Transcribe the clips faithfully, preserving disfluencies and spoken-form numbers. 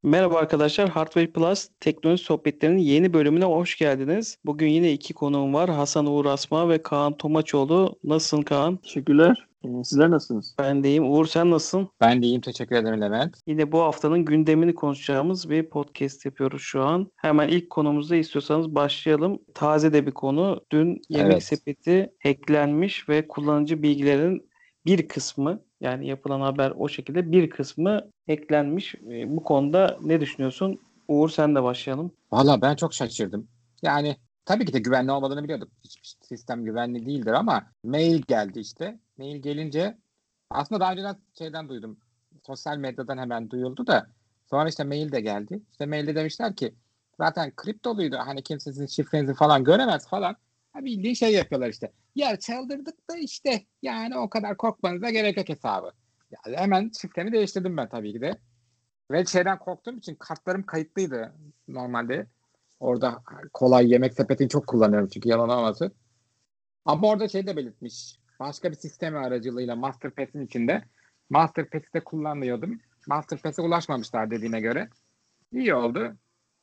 Merhaba arkadaşlar, Hardware Plus teknoloji sohbetlerinin yeni bölümüne hoş geldiniz. Bugün yine iki konuğum var. Hasan Uğur Asma ve Kaan Tomaçoğlu. Nasılsın Kaan? Teşekkürler. Ee, sizler nasılsınız? Ben deyim. Uğur sen nasılsın? Ben de iyiyim. Teşekkür ederim Levent. Yine bu haftanın gündemini konuşacağımız bir podcast yapıyoruz şu an. Hemen ilk konumuzda istiyorsanız başlayalım. Taze de bir konu. Dün Yemek Evet. Sepeti hacklenmiş ve kullanıcı bilgilerin bir kısmı, yani yapılan haber o şekilde, bir kısmı hacklenmiş. E, Bu konuda ne düşünüyorsun? Uğur sen de başlayalım. Valla ben çok şaşırdım. Yani tabii ki de güvenli olmadığını biliyorduk. Hiçbir sistem güvenli değildir ama mail geldi işte. Mail gelince aslında daha önceden şeyden duydum. Sosyal medyadan hemen duyuldu da sonra işte mail de geldi. İşte mailde demişler ki zaten kriptoluydu. Hani kimse sizin şifrenizi falan göremez falan. Ha, bildiğin şey yapıyorlar işte. Ya çaldırdık da işte yani o kadar korkmanıza gerek yok hesabı. Yani hemen şifremi değiştirdim ben tabii ki de. Ve şeyden korktuğum için kartlarım kayıtlıydı normalde. Orada kolay yemek sepetini çok kullanıyorum çünkü yalan olmasın. Ama orada şey de belirtmiş. Başka bir sistemi aracılığıyla Masterpass'in içinde. Masterpass'i de kullanıyordum. Masterpass'e ulaşmamışlar dediğine göre. İyi oldu.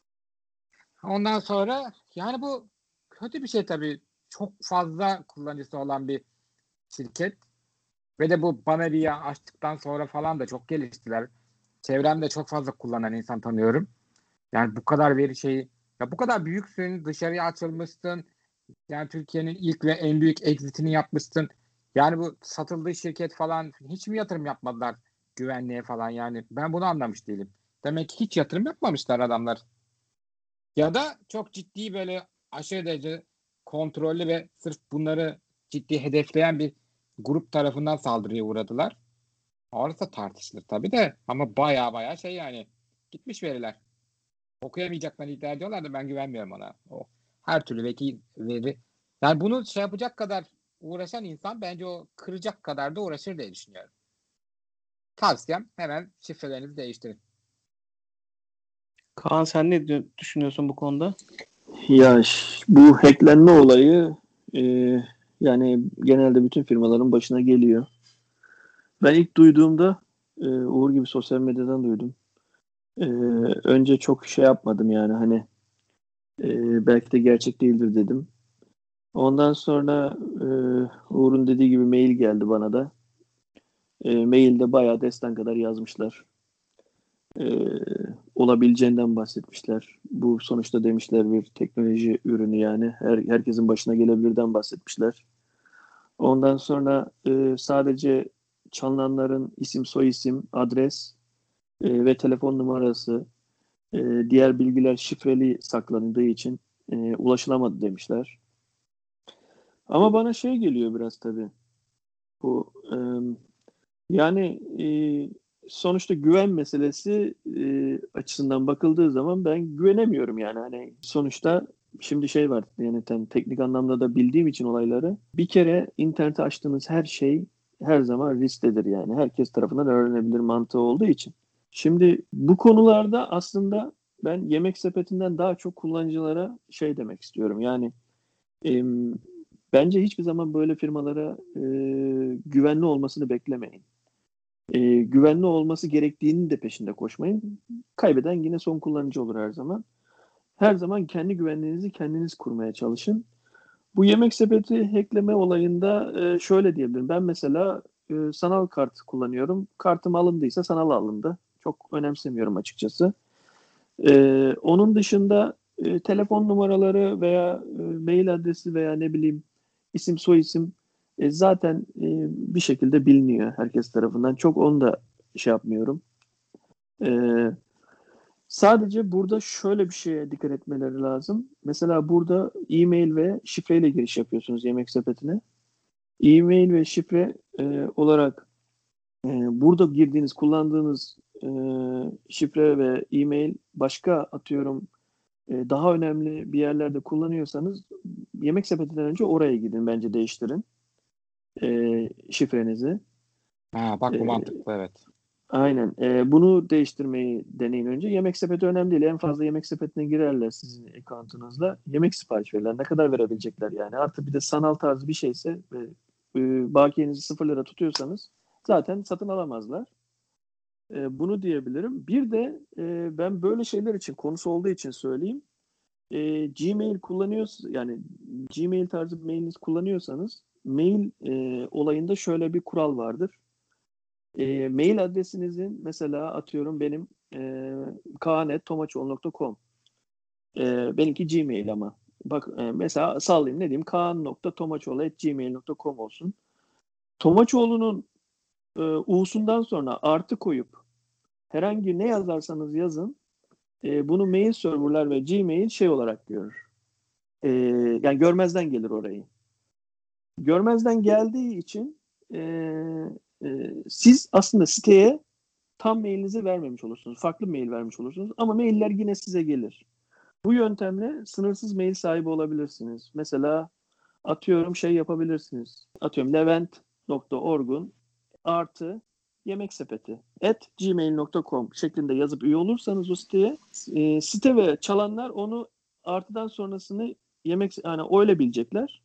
Ondan sonra yani bu kötü bir şey tabii. Çok fazla kullanıcısı olan bir şirket. Ve de bu Banary'i açtıktan sonra falan da çok geliştiler. Çevremde çok fazla kullanan insan tanıyorum. Yani bu kadar veri şeyi, ya bu kadar büyüksün, dışarıya açılmışsın. Yani Türkiye'nin ilk ve en büyük exit'ini yapmışsın. Yani bu satıldığı şirket falan hiç mi yatırım yapmadılar güvenliğe falan yani? Ben bunu anlamış değilim. Demek ki hiç yatırım yapmamışlar adamlar. Ya da çok ciddi böyle aşırı derece kontrollü ve sırf bunları ciddi hedefleyen bir grup tarafından saldırıya uğradılar. Orası tartışılır tabii de ama baya baya şey yani gitmiş veriler. Okuyamayacaklarını iddia ediyorlar da ben güvenmiyorum ona. O her türlü veki veri. Yani bunu şey yapacak kadar uğraşan insan bence o kıracak kadar da uğraşır diye düşünüyorum. Tavsiyem hemen şifrelerinizi değiştirin. Kaan sen ne dü- düşünüyorsun bu konuda? Ya ş- bu hacklenme olayı e, yani genelde bütün firmaların başına geliyor. Ben ilk duyduğumda e, Uğur gibi sosyal medyadan duydum. E, Önce çok şey yapmadım yani hani e, belki de gerçek değildir dedim. Ondan sonra e, Uğur'un dediği gibi mail geldi bana da. E, mailde bayağı destan kadar yazmışlar. E, Olabileceğinden bahsetmişler. Bu sonuçta demişler bir teknoloji ürünü yani her herkesin başına gelebilirden bahsetmişler. Ondan sonra e, sadece çalınanların isim, soyisim, adres e, ve telefon numarası, e, diğer bilgiler şifreli saklandığı için e, ulaşılamadı demişler. Ama bana şey geliyor biraz tabii. Bu e, yani e, sonuçta güven meselesi e, açısından bakıldığı zaman ben güvenemiyorum yani hani sonuçta şimdi şey var yani tam teknik anlamda da bildiğim için olayları bir kere internete açtığınız her şey her zaman risklidir yani herkes tarafından öğrenebilir mantığı olduğu için. Şimdi bu konularda aslında ben Yemek Sepeti'nden daha çok kullanıcılara şey demek istiyorum yani e, bence hiçbir zaman böyle firmalara e, güvenli olmasını beklemeyin. E, güvenli olması gerektiğinin de peşinde koşmayın. Kaybeden yine son kullanıcı olur her zaman. Her zaman kendi güvenliğinizi kendiniz kurmaya çalışın. Bu Yemek Sepeti hackleme olayında e, şöyle diyebilirim. Ben mesela e, sanal kart kullanıyorum. Kartım alındıysa sanal alındı. Çok önemsemiyorum açıkçası. E, onun dışında e, telefon numaraları veya e, mail adresi veya ne bileyim isim soyisim e, zaten e, bir şekilde biliniyor herkes tarafından. Çok onu da şey yapmıyorum. E, Sadece burada şöyle bir şeye dikkat etmeleri lazım. Mesela burada e-mail ve şifreyle giriş yapıyorsunuz Yemek Sepeti'ne. E-mail ve şifre e, olarak e, burada girdiğiniz, kullandığınız e, şifre ve e-mail başka atıyorum e, daha önemli bir yerlerde kullanıyorsanız Yemek Sepeti'nden önce oraya gidin bence değiştirin e, şifrenizi. Ha, bak bu E, mantıklı evet. aynen. E, bunu değiştirmeyi deneyin önce. Yemek Sepeti önemli değil. En fazla Yemek Sepeti'ne girerler sizin account'unuzla. Yemek sipariş verirler. Ne kadar verebilecekler yani. Artı bir de sanal tarzı bir şeyse ve e, bakiyenizi sıfır lira tutuyorsanız zaten satın alamazlar. E, bunu diyebilirim. Bir de e, ben böyle şeyler için, konusu olduğu için söyleyeyim. E, Gmail kullanıyorsanız, yani Gmail tarzı bir mailiniz kullanıyorsanız, mail e, olayında şöyle bir kural vardır. E, mail adresinizin, mesela atıyorum benim e, kaan at tomaçoğlu nokta com. E, benimki Gmail ama. Bak e, mesela sallayayım, ne diyeyim, kaan nokta tomaçoğlu at gmail nokta com olsun. Tomaçoğlu'nun e, U'sundan sonra artı koyup herhangi ne yazarsanız yazın, e, bunu mail serverlar ve Gmail şey olarak görür. E, yani görmezden gelir orayı. Görmezden geldiği için e, e, siz aslında siteye tam mailinizi vermemiş olursunuz. Farklı mail vermiş olursunuz ama mailler yine size gelir. Bu yöntemle sınırsız mail sahibi olabilirsiniz. Mesela atıyorum şey yapabilirsiniz. Atıyorum levent nokta orgun artı yemek sepeti at gmail nokta com şeklinde yazıp üye olursanız o siteye, e, site ve çalanlar onu artıdan sonrasını yemek, yani öyle bilecekler.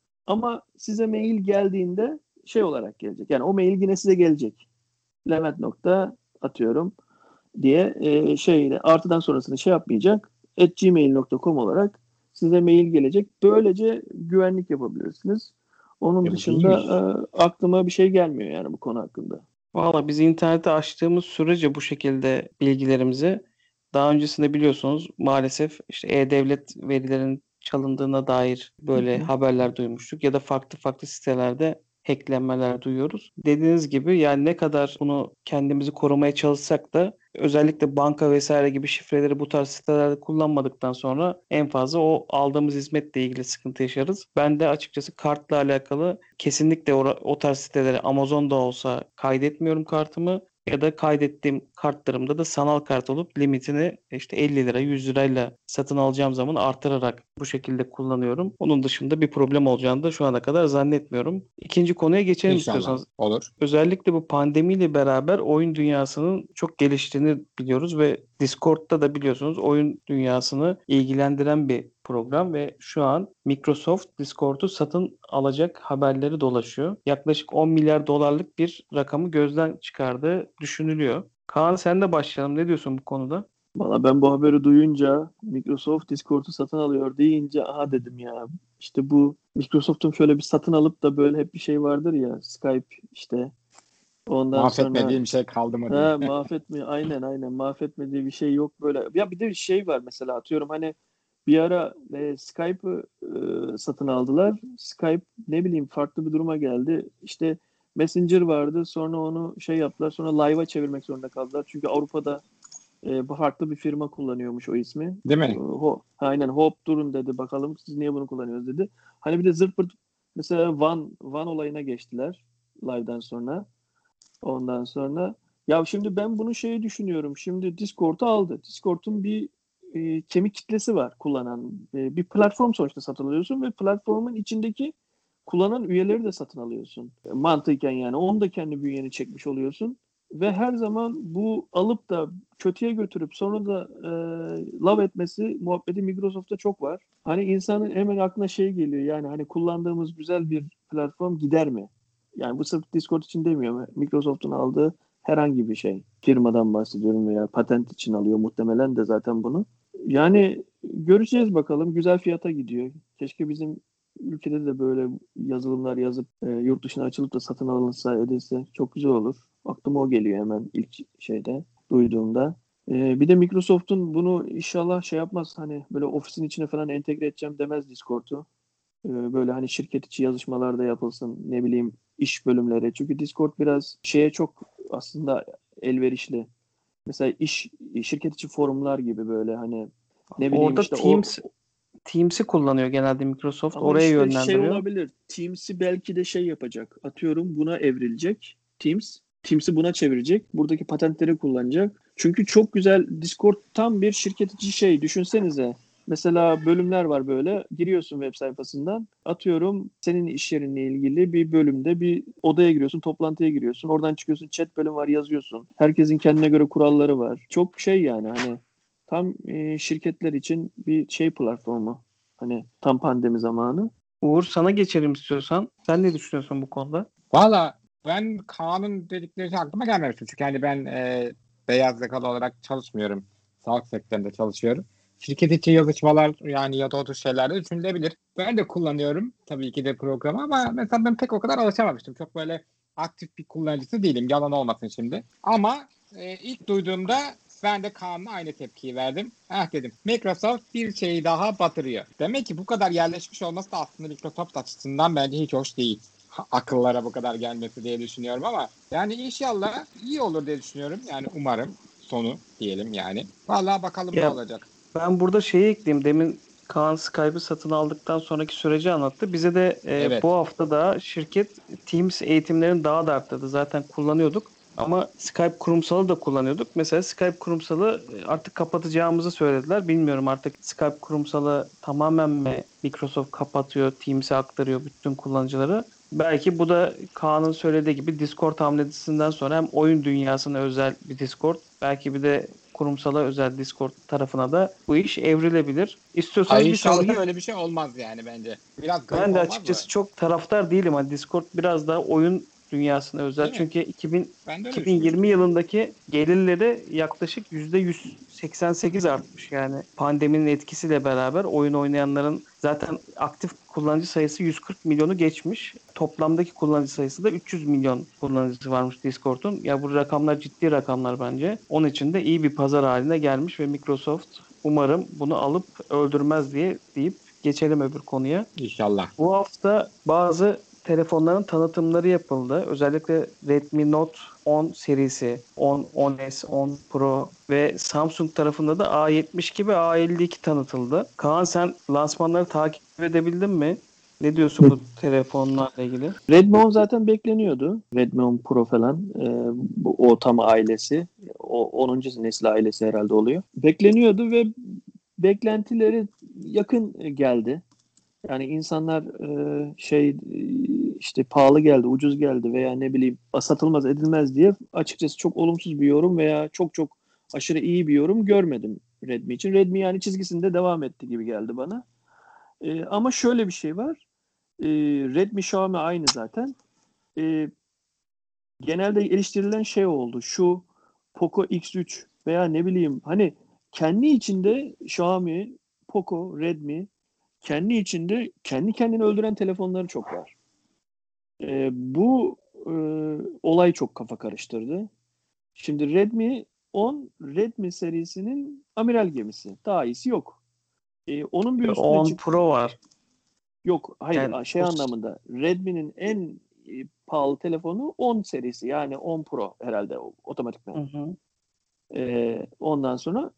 Ama size mail geldiğinde şey olarak gelecek. Yani o mail yine size gelecek. Levent nokta atıyorum diye e, şeyle artıdan sonrasını şey yapmayacak. at gmail nokta com olarak size mail gelecek. Böylece güvenlik yapabilirsiniz. Onun Ya bu dışında iyiymiş. e, aklıma bir şey gelmiyor yani bu konu hakkında. Valla biz interneti açtığımız sürece bu şekilde bilgilerimizi, daha öncesinde biliyorsunuz maalesef işte e-devlet verilerinin çalındığına dair Hı böyle hı. haberler duymuştuk ya da farklı farklı sitelerde hacklenmeler duyuyoruz. Dediğiniz gibi yani ne kadar bunu kendimizi korumaya çalışsak da özellikle banka vesaire gibi şifreleri bu tarz sitelerde kullanmadıktan sonra en fazla o aldığımız hizmetle ilgili sıkıntı yaşarız. Ben de açıkçası kartla alakalı kesinlikle o, o tarz sitelere Amazon'da olsa kaydetmiyorum kartımı ya da kaydettiğim kartlarımda da sanal kart olup limitini işte elli lira yüz lirayla satın alacağım zaman artırarak bu şekilde kullanıyorum. Onun dışında bir problem olacağını da şu ana kadar zannetmiyorum. İkinci konuya geçelim İnşallah. istiyorsanız. Olur. Özellikle bu pandemiyle beraber oyun dünyasının çok geliştiğini biliyoruz ve Discord'da da biliyorsunuz oyun dünyasını ilgilendiren bir program ve şu an Microsoft Discord'u satın alacak haberleri dolaşıyor. Yaklaşık on milyar dolarlık bir rakamı gözden çıkardığı düşünülüyor. Kaan sen de başlayalım. Ne diyorsun bu konuda? Valla ben bu haberi duyunca, Microsoft Discord'u satın alıyor deyince aha dedim ya. İşte bu Microsoft'un şöyle bir satın alıp da böyle hep bir şey vardır ya, Skype işte, ondan sonra Mahvetmediğim şey kaldı mı diye. ha, mahvetme, aynen aynen mahvetmediği bir şey yok böyle. Ya bir de bir şey var, mesela atıyorum hani bir ara e, Skype'ı e, satın aldılar. Skype ne bileyim farklı bir duruma geldi. İşte Messenger vardı, sonra onu şey yaptılar, sonra Live'a çevirmek zorunda kaldılar. Çünkü Avrupa'da e, bu farklı bir firma kullanıyormuş o ismi. Değil E, mi? Ho, aynen hop durun dedi, bakalım siz niye bunu kullanıyorsunuz dedi. Hani bir de zırt pırt mesela Van, Van olayına geçtiler Live'dan sonra. Ondan sonra ya şimdi ben bunu şeyi düşünüyorum. Şimdi Discord'u aldı. Discord'un bir e, kemik kitlesi var kullanan. E, bir platform sonuçta satın alıyorsun ve platformun içindeki kullanan üyeleri de satın alıyorsun. E, mantıken yani onu da kendi bünyeni çekmiş oluyorsun. Ve her zaman bu alıp da kötüye götürüp sonra da e, love etmesi muhabbeti Microsoft'ta çok var. Hani insanın hemen aklına şey geliyor, yani hani kullandığımız güzel bir platform gider mi? Yani bu sırf Discord için demiyorum. Microsoft'un aldığı herhangi bir şey. Firmadan bahsediyorum veya patent için alıyor muhtemelen de zaten bunu. Yani göreceğiz bakalım. Güzel fiyata gidiyor. Keşke bizim ülkede de böyle yazılımlar yazıp e, yurt dışına açılıp da satın alınsa edilse çok güzel olur. Aklıma o geliyor hemen ilk şeyde duyduğumda. E, bir de Microsoft'un bunu inşallah şey yapmaz, hani böyle ofisin içine falan entegre edeceğim demez Discord'u. E, böyle hani şirket içi yazışmalarda yapılsın, ne bileyim iş bölümleri. Çünkü Discord biraz şeye çok aslında elverişli. Mesela iş şirket içi forumlar gibi, böyle hani ne bileyim Orada işte o. Teams Teams'i kullanıyor genelde Microsoft. Ama Oraya işte şey yönlendiriyor. olabilir. Teams'i belki de şey yapacak. Atıyorum buna evrilecek Teams. Teams'i buna çevirecek. Buradaki patentleri kullanacak. Çünkü çok güzel, Discord tam bir şirket içi şey. Düşünsenize. Mesela bölümler var böyle. Giriyorsun web sayfasından. Atıyorum senin iş yerinle ilgili bir bölümde bir odaya giriyorsun, toplantıya giriyorsun. Oradan çıkıyorsun, chat bölüm var, yazıyorsun. Herkesin kendine göre kuralları var. Çok şey yani hani tam e, şirketler için bir şey platformu. Hani tam pandemi zamanı. Uğur sana geçelim istiyorsan. Sen ne düşünüyorsun bu konuda? Valla Ben Kaan'ın dedikleri şey aklıma gelmemişti. Çünkü hani ben e, beyaz yakalı olarak çalışmıyorum. Sağlık sektöründe çalışıyorum. Şirket içi yazışmalar yani ya da o tür şeyler de düşünülebilir. Ben de kullanıyorum tabii ki de programı ama mesela ben pek o kadar alışamamıştım. Çok böyle aktif bir kullanıcısı değilim. Yalan olmasın şimdi. Ama e, ilk duyduğumda ben de Kaan'la aynı tepkiyi verdim. Ah dedim Microsoft bir şeyi daha batırıyor. Demek ki bu kadar yerleşmiş olması da aslında Microsoft açısından bence hiç hoş değil. Akıllara bu kadar gelmesi diye düşünüyorum ama yani inşallah iyi olur diye düşünüyorum. Yani umarım sonu diyelim yani. Vallahi bakalım ne Ya olacak. ben burada şeyi ekleyeyim. Demin Kaan Skype'ı satın aldıktan sonraki süreci anlattı. Bize de e, bu Evet. hafta da şirket Teams eğitimlerini daha da arttırdı. Zaten kullanıyorduk. Ama Skype kurumsalı da kullanıyorduk. Mesela Skype kurumsalı e, artık kapatacağımızı söylediler. Bilmiyorum artık Skype kurumsalı tamamen mi Microsoft kapatıyor, Teams'e aktarıyor bütün kullanıcıları. Belki bu da Kaan'ın söylediği gibi Discord hamlesinden sonra hem oyun dünyasına özel bir Discord, belki bir de kurumsala özel Discord tarafına da bu iş evrilebilir. Ay İstiyorsanız bir inşallah sonraki öyle bir şey olmaz yani bence. Biraz garip ben de olmaz mı? açıkçası çok taraftar değilim. Hani Discord biraz daha oyun dünyasına özel. Değil mi? Çünkü iki bin, Ben de öyle iki bin yirmi düşünmüştüm. yılındaki gelirleri yaklaşık yüzde yüz seksen sekiz artmış. Yani pandeminin etkisiyle beraber oyun oynayanların zaten aktif kullanıcı sayısı yüz kırk milyonu geçmiş. Toplamdaki kullanıcı sayısı da üç yüz milyon kullanıcısı varmış Discord'un. Ya bu rakamlar ciddi rakamlar bence. Onun için de iyi bir pazar haline gelmiş ve Microsoft umarım bunu alıp öldürmez diye deyip geçelim öbür konuya. İnşallah. Bu hafta bazı telefonların tanıtımları yapıldı. Özellikle Redmi Note on serisi, on, on S, on Pro ve Samsung tarafında da A yetmiş iki ve A elli iki tanıtıldı. Kaan sen lansmanları takip edebildin mi? Ne diyorsun bu telefonlarla ilgili? Redmi on zaten bekleniyordu. Redmi on Pro falan. Ee, bu o tam ailesi. O onuncu nesil ailesi herhalde oluyor. Bekleniyordu ve beklentileri yakın geldi. Yani insanlar e, şey e, işte pahalı geldi, ucuz geldi veya ne bileyim satılmaz edilmez diye açıkçası çok olumsuz bir yorum veya çok çok aşırı iyi bir yorum görmedim Redmi için. Redmi yani çizgisinde devam etti gibi geldi bana. E, ama şöyle bir şey var. E, Redmi Xiaomi aynı zaten. E, Genelde eleştirilen şey oldu. Şu Poco X üç veya ne bileyim hani kendi içinde Xiaomi, Poco, Redmi kendi içinde kendi kendini öldüren telefonları çok var. E, bu e, olay çok kafa karıştırdı. Şimdi Redmi on Redmi serisinin amiral gemisi. Daha iyisi yok. E, onun bir üstüne on çık Pro var. yok. Hayır Yani şey o anlamında Redmi'nin en e, pahalı telefonu on serisi yani on Pro herhalde hı otomatikman. hı. E, ondan sonra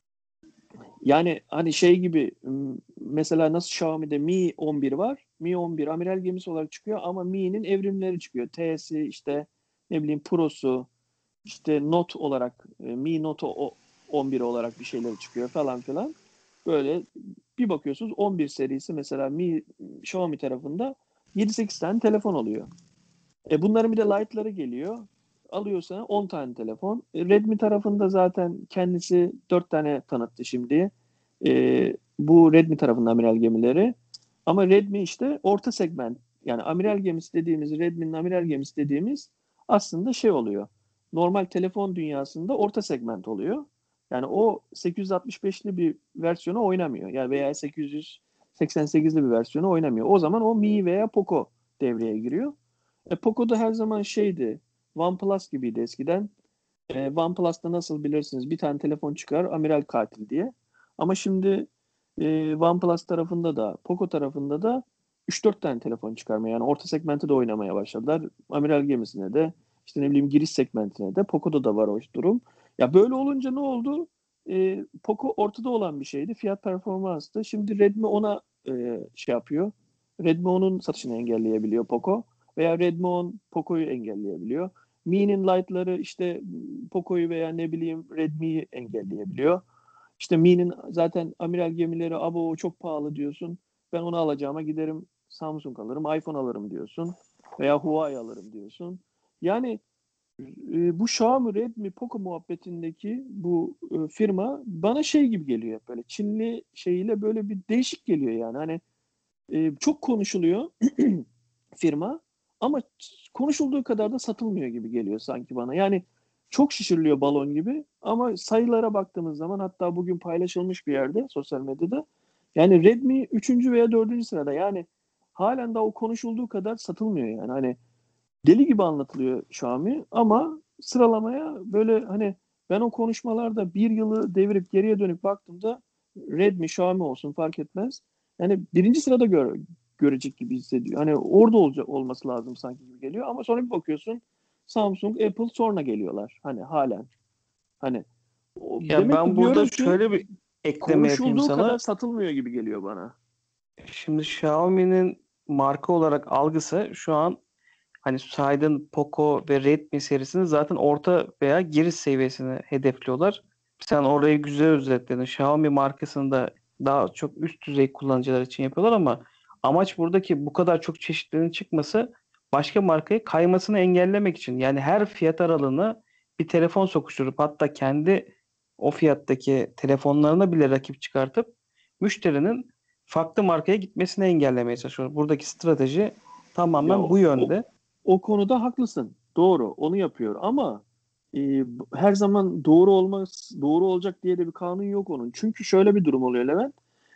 yani hani şey gibi mesela nasıl Xiaomi'de Mi on bir var. Mi on bir amiral gemisi olarak çıkıyor ama Mi'nin evrimleri çıkıyor. T'si işte ne bileyim Pro'su işte Note olarak Mi Note on bir olarak bir şeyler çıkıyor falan filan. Böyle bir bakıyorsunuz on bir serisi mesela Mi Xiaomi tarafında yedi sekiz tane telefon oluyor. E bunların bir de Lite'ları geliyor. Alıyorsa on tane telefon. E, Redmi tarafında zaten kendisi dört tane tanıttı şimdi. E, bu Redmi tarafında amiral gemileri. Ama Redmi işte orta segment. Yani amiral gemisi dediğimiz, Redmi'nin amiral gemisi dediğimiz aslında şey oluyor. Normal telefon dünyasında orta segment oluyor. Yani o sekiz yüz altmış beşli bir versiyonu oynamıyor. Yani veya sekiz yüz seksen sekizli bir versiyonu oynamıyor. O zaman o Mi veya Poco devreye giriyor. E, Poco'da her zaman şeydi. OnePlus gibiydi eskiden. E, OnePlus'ta nasıl bilirsiniz bir tane telefon çıkar amiral katil diye. Ama şimdi e, OnePlus tarafında da Poco tarafında da üç dört tane telefon çıkarmaya yani orta segmente de oynamaya başladılar. Amiral gemisine de işte ne bileyim giriş segmentine de Poco'da da var o durum. Ya böyle olunca ne oldu? E, Poco ortada olan bir şeydi. Fiyat performanstı. Şimdi Redmi ona e, şey yapıyor. Redmi onun satışını engelleyebiliyor Poco. Veya Redmi on Poco'yu engelleyebiliyor. Mi'nin Lite'ları işte Poco'yu veya ne bileyim Redmi'yi engelleyebiliyor. İşte Mi'nin zaten amiral gemileri abo çok pahalı diyorsun. Ben onu alacağıma giderim Samsung alırım, iPhone alırım diyorsun. Veya Huawei alırım diyorsun. Yani e, bu Xiaomi, Redmi, Poco muhabbetindeki bu e, firma bana şey gibi geliyor. Böyle Çinli şeyiyle böyle bir değişik geliyor yani. Hani e, çok konuşuluyor firma Ama konuşulduğu kadar da satılmıyor gibi geliyor sanki bana. Yani çok şişiriliyor balon gibi ama sayılara baktığımız zaman hatta bugün paylaşılmış bir yerde sosyal medyada yani Redmi üçüncü veya dördüncü sırada yani halen daha o konuşulduğu kadar satılmıyor yani. Hani deli gibi anlatılıyor Xiaomi ama sıralamaya böyle hani ben o konuşmalarda bir yılı devirip geriye dönüp baktığımda Redmi, Xiaomi olsun fark etmez. Yani birinci sırada gör, görecek gibi hissediyor. Hani orada olacak olması lazım sanki gibi geliyor ama sonra bir bakıyorsun Samsung, Apple sonra geliyorlar. Hani halen. Hani o, Ya demek ki ben burada diyorum ki şöyle bir ekleme yapayım konuşulduğu kadar sana. satılmıyor gibi geliyor bana. Şimdi Xiaomi'nin marka olarak algısı şu an hani saydığın Poco ve Redmi serisini zaten orta veya giriş seviyesini hedefliyorlar. Sen orayı güzel özetledin. Xiaomi markasını da daha çok üst düzey kullanıcılar için yapıyorlar ama amaç buradaki bu kadar çok çeşitlerin çıkması başka markaya kaymasını engellemek için. Yani her fiyat aralığına bir telefon sokuşturup hatta kendi o fiyattaki telefonlarına bile rakip çıkartıp müşterinin farklı markaya gitmesini engellemeye çalışıyor. Buradaki strateji Ya tamamen bu o, yönde. o konuda haklısın. Doğru, onu yapıyor ama e, her zaman doğru olmaz, doğru olacak diye de bir kanun yok onun. Çünkü şöyle bir durum oluyor Levent.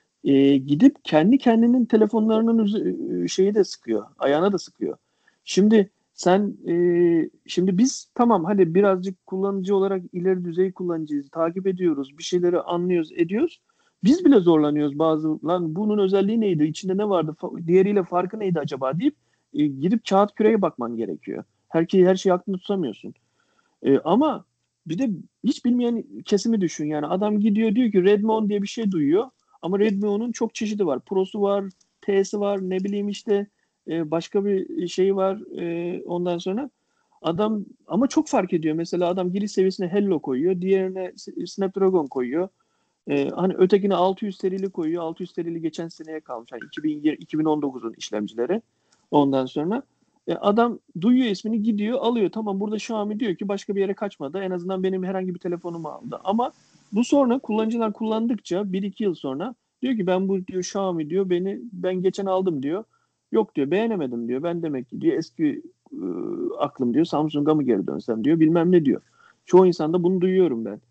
E, gidip kendi kendinin telefonlarının üze- şeyi de sıkıyor, ayağına da sıkıyor. Şimdi sen e, şimdi biz tamam hadi birazcık kullanıcı olarak ileri düzey kullanıcıyız, takip ediyoruz, bir şeyleri anlıyoruz, ediyoruz. Biz bile zorlanıyoruz bazı lan bunun özelliği neydi, içinde ne vardı, fa- diğeriyle farkı neydi acaba deyip e, gidip kağıt küreye bakman gerekiyor. Her, şeyi- her şeyi aklında tutamıyorsun. E, ama bir de hiç bilmeyen kesimi düşün. Yani adam gidiyor diyor ki Redmi on diye bir şey duyuyor. Ama Redmi onun çok çeşidi var. Pro'su var, T'si var, ne bileyim işte e, başka bir şey var. E, ondan sonra adam ama çok fark ediyor. Mesela adam giriş seviyesine Hello koyuyor. Diğerine Snapdragon koyuyor. E, hani ötekine altı yüz serili koyuyor. altı yüz serili geçen seneye kalmış. Yani iki bin yirmi, iki bin on dokuzun işlemcileri. Ondan sonra e, adam duyuyor ismini gidiyor alıyor. Tamam burada Xiaomi diyor ki başka bir yere kaçmadı. En azından benim herhangi bir telefonumu aldı. Ama bu sonra kullanıcılar kullandıkça bir iki yıl sonra diyor ki ben bu diyor Xiaomi diyor beni ben geçen aldım diyor. Yok diyor beğenemedim diyor. Ben demek ki diyor eski e, aklım diyor Samsung'a mı geri dönsem diyor bilmem ne diyor. Çoğu insanda bunu duyuyorum ben.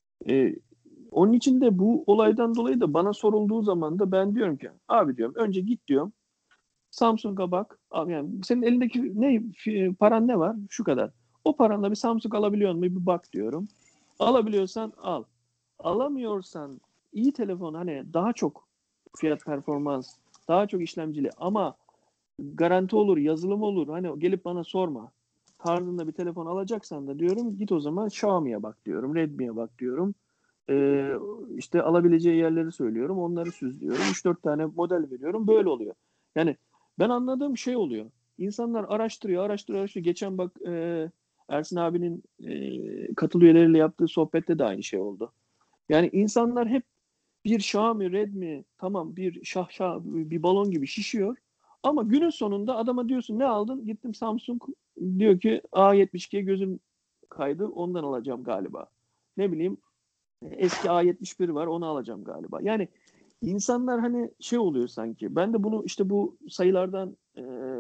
E, Onun için de bu olaydan dolayı da bana sorulduğu zaman da ben diyorum ki abi diyorum önce git diyorum Samsung'a bak. Abi yani senin elindeki ne fi- paran ne var? Şu kadar. O paranla bir Samsung alabiliyor musun? Bir bak diyorum. Alabiliyorsan al. Alamıyorsan iyi telefon hani daha çok fiyat performans, daha çok işlemcili ama garanti olur, yazılım olur. Hani gelip bana sorma. Tarzında bir telefon alacaksan da diyorum git o zaman Xiaomi'ye bak diyorum, Redmi'ye bak diyorum. Ee, işte alabileceği yerleri söylüyorum. Onları süzlüyorum. üç dört tane model veriyorum. Böyle oluyor. Yani ben anladığım şey oluyor. İnsanlar araştırıyor, araştırıyor, araştırıyor. Geçen bak e, Ersin abinin e, katıl üyeleriyle yaptığı sohbette de aynı şey oldu. Yani insanlar hep bir Xiaomi, Redmi tamam bir şah şah bir balon gibi şişiyor. Ama günün sonunda adama diyorsun ne aldın? Gittim Samsung diyor ki A yetmiş ikiye gözüm kaydı. Ondan alacağım galiba. Ne bileyim eski A yetmiş bir var onu alacağım galiba. Yani insanlar hani şey oluyor sanki. Ben de bunu işte bu sayılardan e,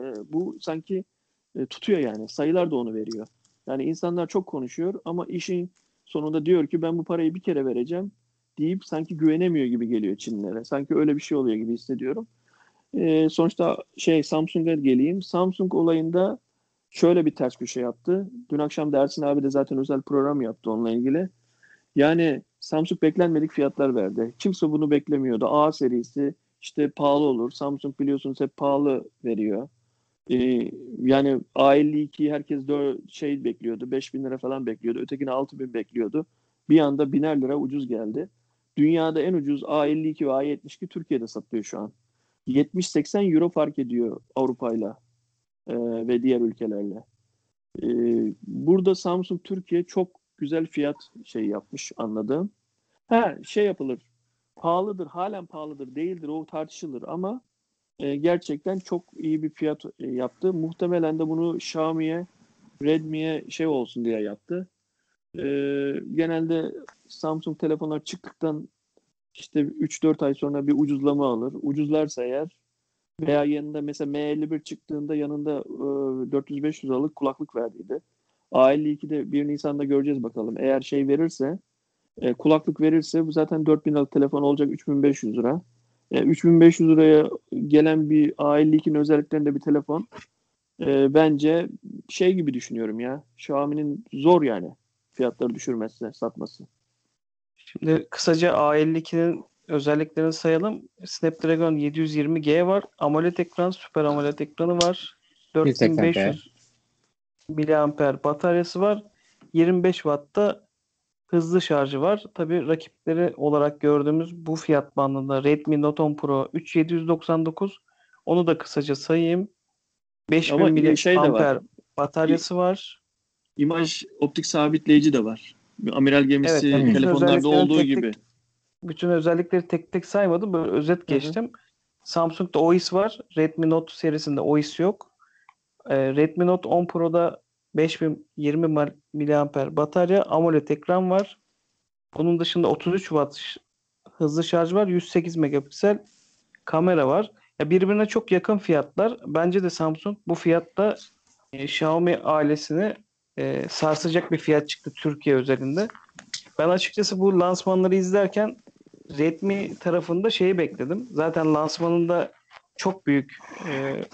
bu sanki e, tutuyor yani. Sayılar da onu veriyor. Yani insanlar çok konuşuyor ama işin sonunda diyor ki ben bu parayı bir kere vereceğim deyip sanki güvenemiyor gibi geliyor Çinlilere. Sanki öyle bir şey oluyor gibi hissediyorum. E, sonuçta şey Samsung'a geleyim. Samsung olayında şöyle bir ters köşe yaptı. Dün akşam da Ersin abi de zaten özel program yaptı onunla ilgili. Yani Samsung beklenmedik fiyatlar verdi. Kimse bunu beklemiyordu. A serisi işte pahalı olur. Samsung biliyorsunuz hep pahalı veriyor. Ee, yani A elli ikiyi herkes dört şey bekliyordu. beş bin lira falan bekliyordu. Ötekini altı bin bekliyordu. Bir anda biner lira ucuz geldi. Dünyada en ucuz A elli iki ve A yetmiş iki Türkiye'de satılıyor şu an. yetmiş seksen euro fark ediyor Avrupa'yla e, ve diğer ülkelerle. Ee, burada Samsung Türkiye çok güzel fiyat şey yapmış anladığım. Ha şey yapılır. Pahalıdır, halen pahalıdır, değildir o tartışılır ama e, gerçekten çok iyi bir fiyat e, yaptı. Muhtemelen de bunu Xiaomi'ye, Redmi'ye şey olsun diye yaptı. E, genelde Samsung telefonlar çıktıktan işte üç dört ay sonra bir ucuzlama alır. Ucuzlarsa eğer Veya yanında mesela M elli bir çıktığında yanında e, dört yüz beş yüz liralık kulaklık verdiydi. A elli ikide bir Nisan'da göreceğiz bakalım. Eğer şey verirse, e, kulaklık verirse bu zaten dört bin liralık telefon olacak üç bin beş yüz lira. E, üç bin beş yüz liraya gelen bir A elli ikinin özelliklerinde bir telefon e, bence şey gibi düşünüyorum ya. Xiaomi'nin zor yani fiyatları düşürmezse satması. Şimdi kısaca A elli ikinin özelliklerini sayalım. Snapdragon yedi yüz yirmi G var. AMOLED ekran, Super AMOLED ekranı var. yüz seksen p. dört bin beş yüz miliamper bataryası var. yirmi beş Watt'ta hızlı şarjı var. Tabii rakipleri olarak gördüğümüz bu fiyat bandında Redmi Note on Pro üç bin yedi yüz doksan dokuz. Onu da kısaca sayayım. Ama beş bin e, şey de var. miliamper bataryası var. İmaj optik sabitleyici de var. Bir amiral Evet, gemisi yani bütün telefonlarda özelliklerini olduğu tek gibi. tek bütün özellikleri tek tek saymadım. Böyle özet Hı hı. geçtim. Samsung'da O İS var. Redmi Note serisinde O İS yok. Ee, Redmi Note on Pro'da beş bin yirmi miliamper batarya, AMOLED ekran var. Bunun dışında otuz üç Watt ş- hızlı şarj var. yüz sekiz megapiksel kamera var. Ya birbirine çok yakın fiyatlar. Bence de Samsung bu fiyatta e, Xiaomi ailesini e, sarsacak bir fiyat çıktı Türkiye özelinde. Ben açıkçası bu lansmanları izlerken Redmi tarafında şeyi bekledim. Zaten lansmanında çok büyük e,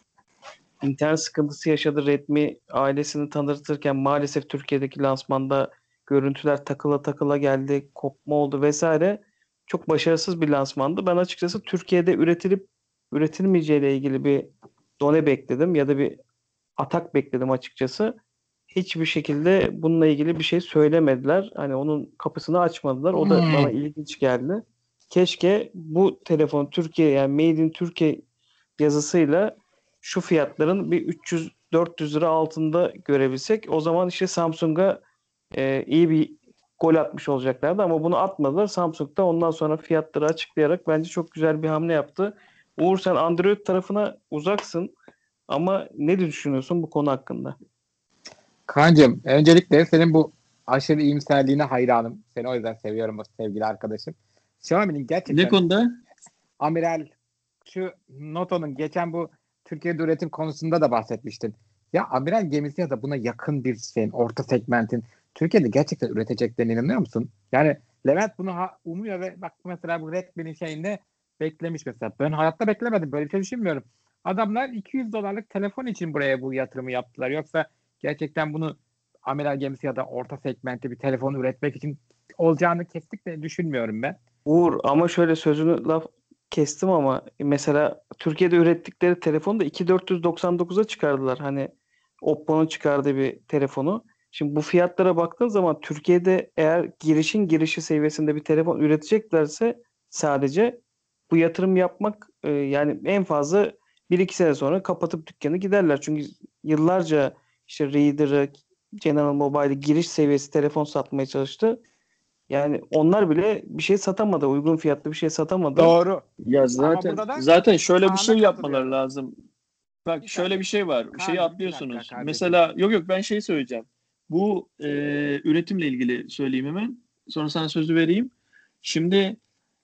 internet sıkıntısı yaşadı. Redmi ailesini tanıtırken maalesef Türkiye'deki lansmanda görüntüler takıla takıla geldi, kopma oldu vesaire. Çok başarısız bir lansmandı. Ben açıkçası Türkiye'de üretilip üretilmeyeceğiyle ilgili bir done bekledim ya da bir atak bekledim açıkçası. Hiçbir şekilde bununla ilgili bir şey söylemediler. Hani onun kapısını açmadılar. O da bana ilginç geldi. Keşke bu telefon Türkiye yani Made in Türkiye yazısıyla şu fiyatların bir üç yüz dört yüz lira altında görebilsek. O zaman işte Samsung'a e, iyi bir gol atmış olacaklardı ama bunu atmadılar. Samsung da ondan sonra fiyatları açıklayarak bence çok güzel bir hamle yaptı. Uğur, sen Android tarafına uzaksın ama ne düşünüyorsun bu konu hakkında? Kaan'cığım, öncelikle senin bu aşırı iyimserliğine hayranım. Seni o yüzden seviyorum sevgili arkadaşım. Xiaomi'nin Ne gerçekten konuda? amiral şu Noto'nun geçen bu Türkiye'de üretim konusunda da bahsetmiştin. Ya amiral gemisi ya da buna yakın bir şeyin, orta segmentin Türkiye'de gerçekten üreteceklerine inanıyor musun? Yani Levent bunu ha, umuyor ve bak mesela bu Redmi'nin şeyinde beklemiş mesela. Ben hayatta beklemedim. Böyle bir şey düşünmüyorum. Adamlar iki yüz dolarlık telefon için buraya bu yatırımı yaptılar. Yoksa gerçekten bunu amiral gemisi ya da orta segmentte bir telefon üretmek için olacağını kesinlikle düşünmüyorum ben. Uğur, ama şöyle sözünü laf kestim ama mesela Türkiye'de ürettikleri telefonu da iki bin dört yüz doksan dokuza çıkardılar. Hani Oppo'nun çıkardığı bir telefonu. Şimdi bu fiyatlara baktığın zaman Türkiye'de eğer girişin girişi seviyesinde bir telefon üreteceklerse sadece bu yatırım yapmak e, yani en fazla bir iki sene sonra kapatıp dükkanı giderler. Çünkü yıllarca işte Reader'ı, General Mobile'i giriş seviyesi telefon satmaya çalıştı. Yani onlar bile bir şey satamadı. Uygun fiyatlı bir şey satamadı. Doğru. Ya Ama zaten burada da zaten şöyle bir Kaan'a şey yapmaları katılıyorum. lazım. Bak Bir şöyle bir saniye. şey var. Şeyi Kaan'cığım bir dakika atlıyorsunuz. kardeşim. Mesela yok yok ben şey söyleyeceğim. Bu e, üretimle ilgili söyleyeyim hemen. Sonra sana sözü vereyim. Şimdi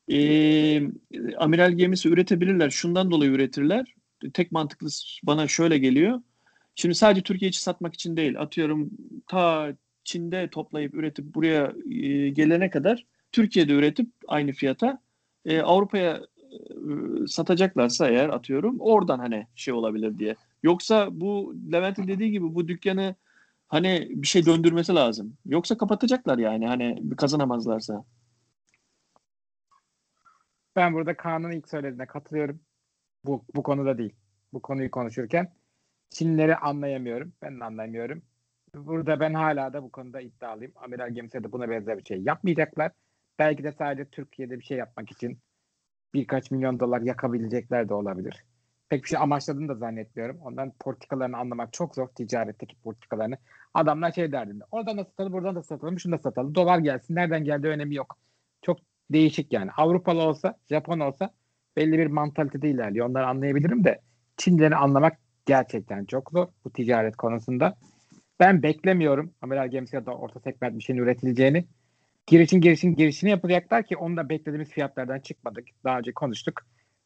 e, amiral gemisi üretebilirler. Şundan dolayı üretirler. Tek mantıklısı bana şöyle geliyor. Şimdi sadece Türkiye için satmak için değil. Atıyorum ta Çin'de toplayıp üretip buraya e, gelene kadar Türkiye'de üretip aynı fiyata e, Avrupa'ya e, satacaklarsa eğer atıyorum oradan hani şey olabilir diye. Yoksa bu Levent'in dediği gibi bu dükkanı hani bir şey döndürmesi lazım. Yoksa kapatacaklar yani hani kazanamazlarsa. Ben burada Kaan'ın ilk söylediğine katılıyorum. Bu, bu konuda değil. Bu konuyu konuşurken Çinlileri anlayamıyorum. Ben de anlayamıyorum. Burada ben hala da bu konuda iddialıyım. Amiral gemisi de buna benzer bir şey yapmayacaklar. Belki de sadece Türkiye'de bir şey yapmak için birkaç milyon dolar yakabilecekler de olabilir. Pek bir şey amaçladığını da zannetmiyorum. Ondan politikalarını anlamak çok zor. Ticaretteki politikalarını. Adamlar şey derdinde. Oradan da satalım, buradan da satalım, şunu da satalım. Dolar gelsin. Nereden geldiği önemi yok. Çok değişik yani. Avrupalı olsa, Japon olsa belli bir mantalitede ilerliyor. Onları anlayabilirim de Çinlileri anlamak gerçekten çok zor bu ticaret konusunda. Ben beklemiyorum amiral gemisi ya da orta segment bir şeyin üretileceğini. Girişin girişin girişini yapacaklar ki onu da beklediğimiz fiyatlardan çıkmadık. Daha önce konuştuk.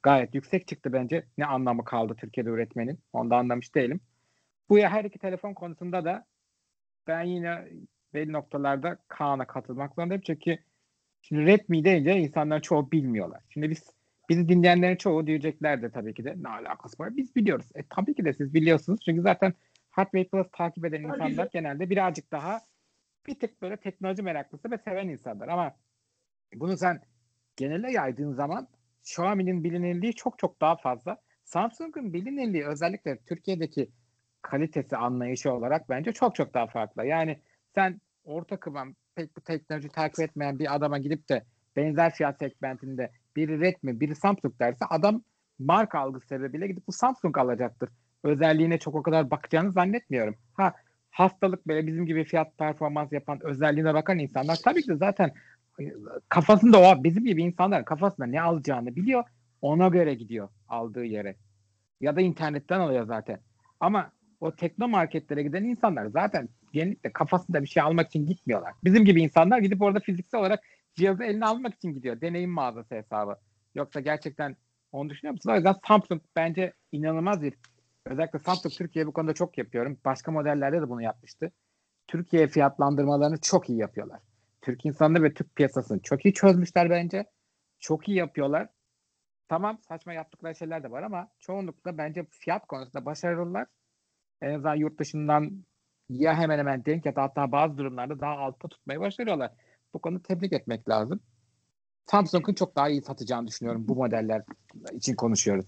gayet yüksek çıktı bence. Ne anlamı kaldı Türkiye'de üretmenin? Onu da anlamış değilim. Bu ya her iki telefon konusunda da ben yine belli noktalarda Kaan'a katılmak zorundayım. Çünkü şimdi Redmi deyince insanların çoğu bilmiyorlar. Şimdi biz bizi dinleyenlerin çoğu diyeceklerdir tabii ki de ne alakası var? Biz biliyoruz. E, tabii ki de siz biliyorsunuz. Çünkü zaten Hot ve Plus takip eden insanlar genelde birazcık daha bir tık böyle teknoloji meraklısı ve seven insanlar. Ama bunu sen genele yaydığın zaman Xiaomi'nin bilinirliği çok çok daha fazla. Samsung'un bilinirliği özellikle Türkiye'deki kalitesi anlayışı olarak bence çok çok daha farklı. Yani sen orta kıvam pek bu teknoloji takip etmeyen bir adama gidip de benzer fiyat segmentinde biri Redmi, biri Samsung derse adam marka algısı sebebiyle gidip bu Samsung alacaktır. Özelliğine çok o kadar bakacağını zannetmiyorum. Ha hastalık böyle bizim gibi fiyat performans yapan özelliğine bakan insanlar tabii ki de zaten kafasında o bizim gibi insanların kafasında ne alacağını biliyor. Ona göre gidiyor aldığı yere. Ya da internetten alıyor zaten. Ama o tekno marketlere giden insanlar zaten genellikle kafasında bir şey almak için gitmiyorlar. Bizim gibi insanlar gidip orada fiziksel olarak cihazı eline almak için gidiyor. Deneyim mağazası hesabı. Yoksa gerçekten onu düşünüyor musun? O yüzden Samsung bence inanılmaz bir özellikle Samsung Türkiye bu konuda çok yapıyorum. Başka modellerde de bunu yapmıştı. Türkiye fiyatlandırmalarını çok iyi yapıyorlar. Türk insanları ve Türk piyasasını çok iyi çözmüşler bence. Çok iyi yapıyorlar. Tamam saçma yaptıkları şeyler de var ama çoğunlukla bence fiyat konusunda başarılılar. En azından yurt dışından ya hemen hemen denk ya da hatta bazı durumlarda daha altta tutmayı başarıyorlar. Bu konuda tebrik etmek lazım. Samsung'un çok daha iyi satacağını düşünüyorum. Bu modeller için konuşuyoruz.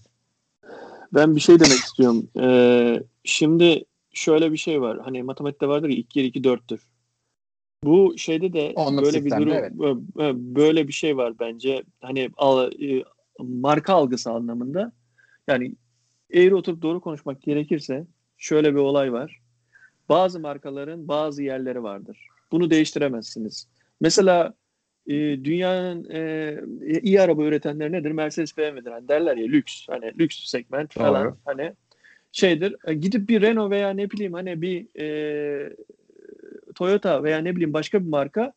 Ben bir şey demek istiyorum. Ee, şimdi şöyle bir şey var. Hani matematikte vardır ya iki kere iki dörttür. Bu şeyde de Onluk böyle bir durum, evet. böyle bir şey var bence. Hani al, e, marka algısı anlamında. Yani eğri oturup doğru konuşmak gerekirse şöyle bir olay var. Bazı markaların bazı yerleri vardır. Bunu değiştiremezsiniz. Mesela e, dünyanın e, iyi araba üretenleri nedir? Mercedes, B M W'dir. Hani derler ya lüks, hani lüks segment falan. Doğru. Hani şeydir. E, gidip bir Renault veya ne bileyim hani bir e, Toyota veya ne bileyim başka bir marka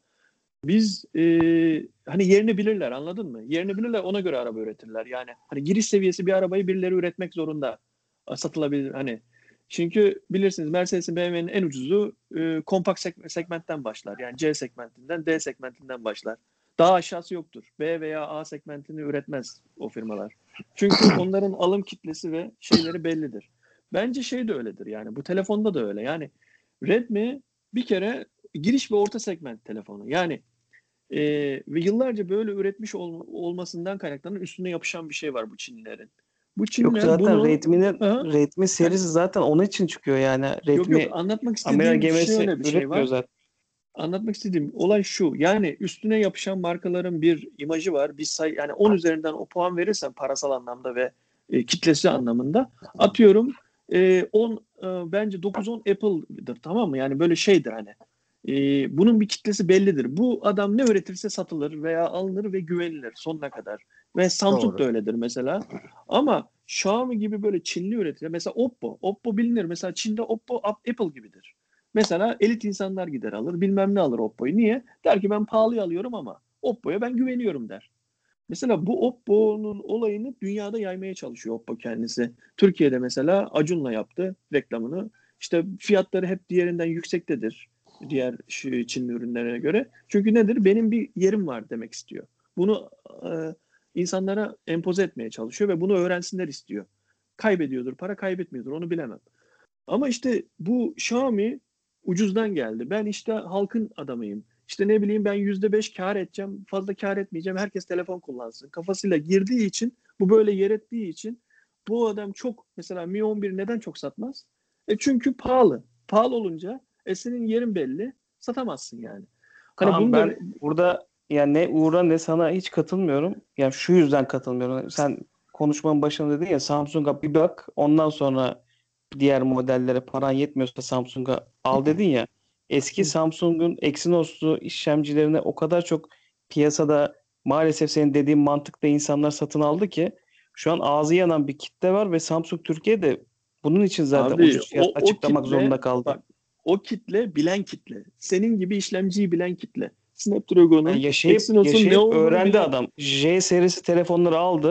biz e, hani yerini bilirler, anladın mı? Yerini bilirler, ona göre araba üretirler. Yani hani giriş seviyesi bir arabayı birileri üretmek zorunda. Satılabilir hani. Çünkü bilirsiniz Mercedes'in, B M W'nin en ucuzu e, kompakt segmentten başlar. Yani C segmentinden, D segmentinden başlar. Daha aşağısı yoktur. B veya A segmentini üretmez o firmalar. Çünkü onların alım kitlesi ve şeyleri bellidir. Bence şey de öyledir yani. Bu telefonda da öyle. Yani Redmi bir kere giriş ve orta segment telefonu. Yani e, ve yıllarca böyle üretmiş ol, olmasından kaynaklanan üstüne yapışan bir şey var bu Çinlilerin. Bu Yok Çinliler zaten bunu Redmi'nin ha, Redmi yani, serisi zaten onun için çıkıyor yani. yok yok Redmi anlatmak Amerikan istediğim gemisi şöyle bir şey üretmiyor var. zaten. Anlatmak istediğim olay şu. Yani üstüne yapışan markaların bir imajı var. Bir say yani on üzerinden o puan verirsen parasal anlamda ve e, kitlesi anlamında atıyorum e, on e, bence dokuz on Apple'dır, tamam mı? Yani böyle şeydir hani. E, bunun bir kitlesi bellidir. Bu adam ne üretirse satılır veya alınır ve güvenilir sonuna kadar. Ve Samsung Doğru. da öyledir mesela. Ama Xiaomi gibi böyle Çinli üretiyor. Mesela Oppo. Oppo bilinir. Mesela Çin'de Oppo Apple gibidir. Mesela elit insanlar gider alır, bilmem ne alır Oppo'yu. Niye? Der ki ben pahalıya alıyorum ama Oppo'ya ben güveniyorum der. Mesela bu Oppo'nun olayını dünyada yaymaya çalışıyor Oppo kendisi. Türkiye'de mesela Acun'la yaptı reklamını. İşte fiyatları hep diğerinden yüksektedir. Diğer Çinli ürünlere göre. Çünkü nedir? Benim bir yerim var demek istiyor. Bunu e, insanlara empoze etmeye çalışıyor ve bunu öğrensinler istiyor. Kaybediyordur, para kaybetmiyordur, onu bilemem. Ama işte bu Xiaomi ucuzdan geldi. Ben işte halkın adamıyım. İşte ne bileyim ben yüzde beş kar edeceğim, fazla kar etmeyeceğim. Herkes telefon kullansın. Kafasıyla girdiği için, bu böyle yer ettiği için bu adam çok, mesela Mi on bir neden çok satmaz? E çünkü pahalı. Pahalı olunca e senin yerin belli. Satamazsın yani. Hani Kaan bunu da ben burada yani ne Uğur'a ne sana hiç katılmıyorum. Yani şu yüzden katılmıyorum. Sen konuşmanın başında dedin ya Samsung'a bir bak ondan sonra diğer modellere paran yetmiyorsa Samsung'a al dedin ya. Eski Samsung'un Exynos'lu işlemcilerine o kadar çok piyasada maalesef senin dediğin mantıkta insanlar satın aldı ki şu an ağzı yanan bir kitle var ve Samsung Türkiye'de bunun için zaten abi ucuz fiyat o, o açıklamak kitle zorunda kaldı. bak, o kitle bilen kitle. Senin gibi işlemciyi bilen kitle. Snapdragon'un, Yani yaşayıp Exynos'un ne yaşayıp olduğunu öğrendi bilen. adam. J serisi telefonları aldı.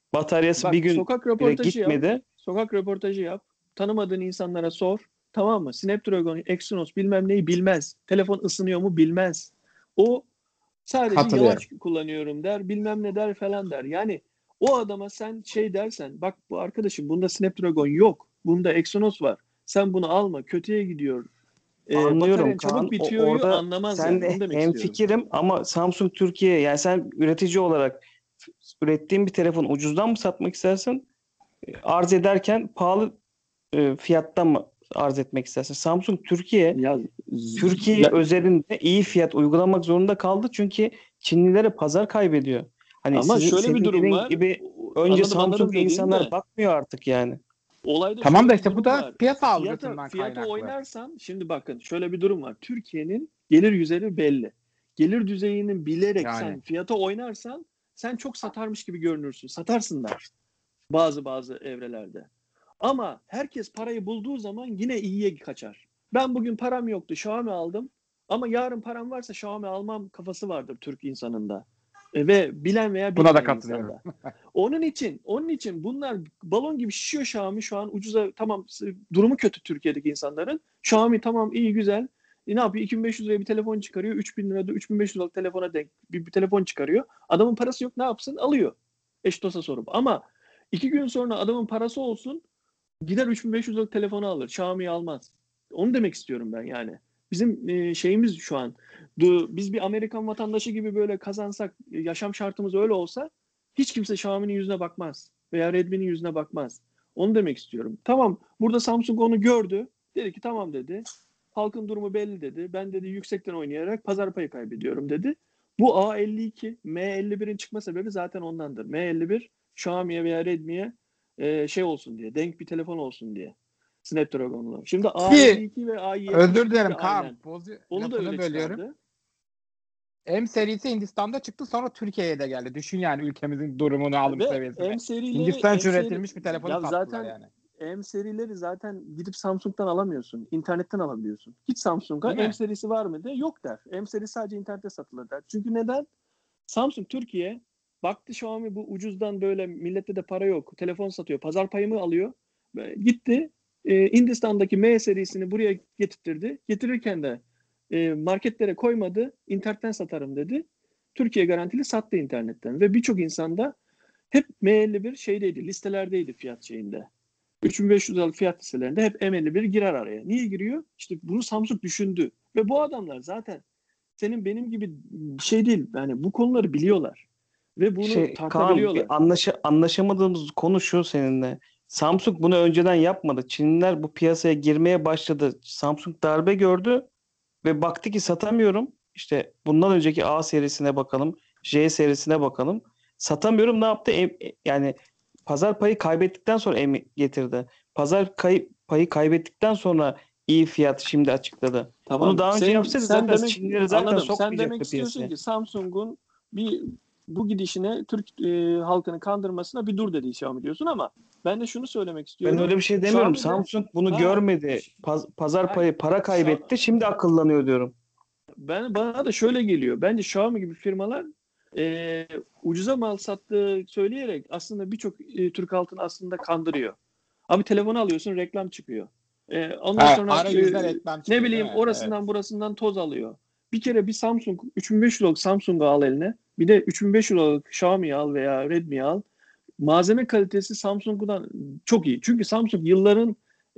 Bataryası Bak bir gün sokak bile röportajı yap. gitmedi. Sokak röportajı yap. Tanımadığın insanlara sor. Tamam mı? Snapdragon, Exynos bilmem neyi bilmez. Telefon ısınıyor mu bilmez. O sadece Katılıyorum. yavaş kullanıyorum der, bilmem ne der falan der. Yani o adama sen şey dersen, bak bu arkadaşım bunda Snapdragon yok. Bunda Exynos var. Sen bunu alma, kötüye gidiyor. Ee, Anlıyorum bataryan çabuk Kaan. O, bitiyor'yu orada anlamaz yani. senle Onu demek istiyorum. hemfikirim ama Samsung Türkiye, yani sen üretici olarak ürettiğin bir telefonu ucuzdan mı satmak istersin? E, Arz ederken pahalı e, fiyattan mı arz etmek istersin? Samsung Türkiye Ya, z- Türkiye ya- özelinde iyi fiyat uygulamak zorunda kaldı çünkü Çinlilere pazar kaybediyor. Hani ama sizin şöyle bir senin durum dediğin var. gibi önce Anladım anladım Samsung'a dediğini insanlar de. bakmıyor artık yani. Olayda Tamam şöyle da bir işte bu durum da var. piyasa Fiyata, algısından fiyata kaynaklı. oynarsan, şimdi bakın şöyle bir durum var. Türkiye'nin gelir düzeyi belli. Gelir düzeyini bilerek Yani sen fiyata oynarsan sen çok satarmış gibi görünürsün. Satarsın da bazı bazı evrelerde. Ama herkes parayı bulduğu zaman yine iyiye kaçar. Ben bugün param yoktu, Xiaomi aldım. Ama yarın param varsa Xiaomi almam kafası vardır Türk insanında. E, ve bilen veya buna da bilmeyen katılıyorum. insanda. Onun için, onun için bunlar balon gibi şişiyor Xiaomi şu an ucuza, tamam durumu kötü Türkiye'deki insanların. Xiaomi tamam iyi güzel. E ne yapıyor? iki bin beş yüz liraya bir telefon çıkarıyor. üç bin lirada üç bin beş yüz liralık telefona denk bir, bir telefon çıkarıyor. Adamın parası yok, ne yapsın? Alıyor. Eş dosta sorup. Ama iki gün sonra adamın parası olsun, gider üç bin beş yüz liralık telefonu alır. Xiaomi'yi almaz. Onu demek istiyorum ben yani. Bizim e, şeyimiz şu an. Du- Biz bir Amerikan vatandaşı gibi böyle kazansak, e, yaşam şartımız öyle olsa hiç kimse Xiaomi'nin yüzüne bakmaz. Veya Redmi'nin yüzüne bakmaz. Onu demek istiyorum. Tamam, burada Samsung onu gördü. Dedi ki tamam dedi. Halkın durumu belli dedi. Ben dedi yüksekten oynayarak pazar payı kaybediyorum dedi. Bu A elli iki, M elli birin çıkma sebebi zaten ondandır. M elli bir Xiaomi'ye veya Redmi'ye e, şey olsun diye, denk bir telefon olsun diye. Snapdragon'lu. Şimdi Ki A elli iki ve A yetmiş özür bir dilerim de Kaan. aynen. Bozu, Onu da lafını öyle bölüyorum. çıkardı. M serisi Hindistan'da çıktı, sonra Türkiye'ye de geldi. Düşün yani ülkemizin durumunu, alım Ve seviyesini. M serileri Hindistan M için seri üretilmiş bir telefonu ya sattılar zaten yani. M serileri zaten gidip Samsung'dan alamıyorsun. İnternetten alabiliyorsun. Git Samsung'a, Değil M mi? serisi var mı de, yok der. M serisi sadece internette satılır der. Çünkü neden? Samsung Türkiye baktı Xiaomi bu ucuzdan, böyle millette de para yok. Telefon satıyor. Pazar payımı alıyor. Ve gitti e, Hindistan'daki M serisini buraya getirtirdi. Getirirken de e, marketlere koymadı. İnternetten satarım dedi. Türkiye garantili sattı internetten. Ve birçok insanda hep M elli bir şeydeydi, listelerdeydi fiyat şeyinde. üç bin beş yüz liralık fiyat listelerinde hep M elli bir girer araya. Niye giriyor? İşte bunu Samsung düşündü. Ve bu adamlar zaten senin benim gibi şey değil. Yani bu konuları biliyorlar. Ve bunu Şey Kaan, bir tartabiliyorlar. anlaşa, anlaşamadığımız konu şu seninle. Samsung bunu önceden yapmadı. Çinliler bu piyasaya girmeye başladı. Samsung darbe gördü ve baktı ki satamıyorum. İşte bundan önceki A serisine bakalım, J serisine bakalım. Satamıyorum, ne yaptı? Em- e- yani pazar payı kaybettikten sonra em getirdi. Pazar kay- payı kaybettikten sonra iyi fiyat şimdi açıkladı. Bunu Tamam. daha önce Sen yapsaydı sen zaten demek Çinlileri zaten anladım. Sen demek sokmayacaktı istiyorsun piyasaya. ki Samsung'un bir bu gidişine Türk e, halkını kandırmasına bir dur dedi Xiaomi diyorsun, ama ben de şunu söylemek Ben istiyorum. öyle bir şey demiyorum. Xiaomi de Samsung bunu ha görmedi. Paz- pazar hayır. payı para Şa- kaybetti. Şimdi akıllanıyor diyorum. Ben bana da şöyle geliyor. Bence Xiaomi gibi firmalar e, ucuza mal sattığı söyleyerek aslında birçok e, Türk halkını aslında kandırıyor. Abi telefonu alıyorsun, reklam çıkıyor. E, ondan Ha, sonra e, arayüzde reklam ne çıkıyor değil bileyim mi? Evet. orasından burasından toz alıyor. Bir kere bir Samsung üç bin beş yüz liralık Samsung'u al eline. Bir de üç bin beş yüz liralık Xiaomi'yi al veya Redmi'yi al. Malzeme kalitesi Samsung'dan çok iyi. Çünkü Samsung yılların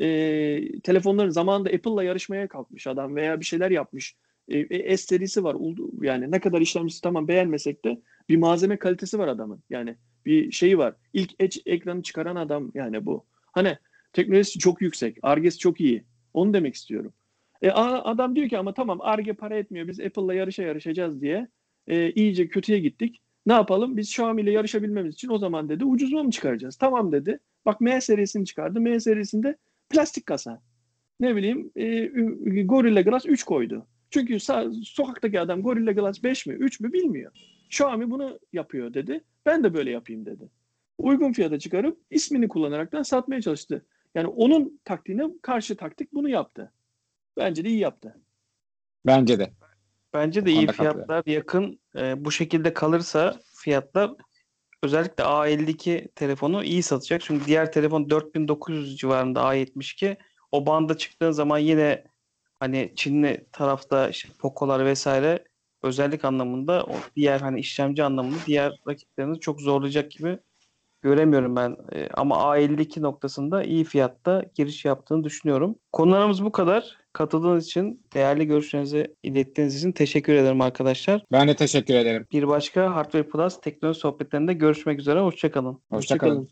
e, telefonları zamanında Apple'la yarışmaya kalkmış adam veya bir şeyler yapmış. E, e, S serisi var. Yani ne kadar işlemcisi tamam beğenmesek de bir malzeme kalitesi var adamın. Yani bir şeyi var. İlk Edge ekranı çıkaran adam yani bu. Hani teknolojisi çok yüksek. Ar-Ge'si çok iyi. Onu demek istiyorum. E, adam diyor ki ama tamam Ar-Ge para etmiyor. Biz Apple'la yarışa yarışacağız diye e, iyice kötüye gittik. Ne yapalım? Biz Xiaomi ile yarışabilmemiz için o zaman dedi ucuzunu mu çıkaracağız? Tamam dedi. Bak M serisini çıkardı. M serisinde plastik kasa. Ne bileyim e, Gorilla Glass üç koydu. Çünkü sa- sokaktaki adam Gorilla Glass beş mi üç mü bilmiyor. Xiaomi bunu yapıyor dedi. Ben de böyle yapayım dedi. Uygun fiyata çıkarıp ismini kullanaraktan satmaya çalıştı. Yani onun taktiğine karşı taktik bunu yaptı. Bence de iyi yaptı. Bence de. Bence Bu de iyi konuda katılıyorum. fiyatlar yakın. E, bu şekilde kalırsa fiyatlar özellikle A elli iki telefonu iyi satacak. Çünkü diğer telefon dört bin dokuz yüz civarında A yetmiş iki. O banda çıktığın zaman yine hani Çinli tarafta işte Poco'lar vesaire özellik anlamında o diğer hani işlemci anlamında diğer rakiplerini çok zorlayacak gibi göremiyorum ben. E, ama A elli iki noktasında iyi fiyatta giriş yaptığını düşünüyorum. Konularımız bu kadar. Katıldığınız için, değerli görüşlerinizi ilettiğiniz için teşekkür ederim arkadaşlar. Ben de teşekkür ederim. Bir başka Hardware Plus teknoloji sohbetlerinde görüşmek üzere. Hoşça kalın. Hoşça kalın.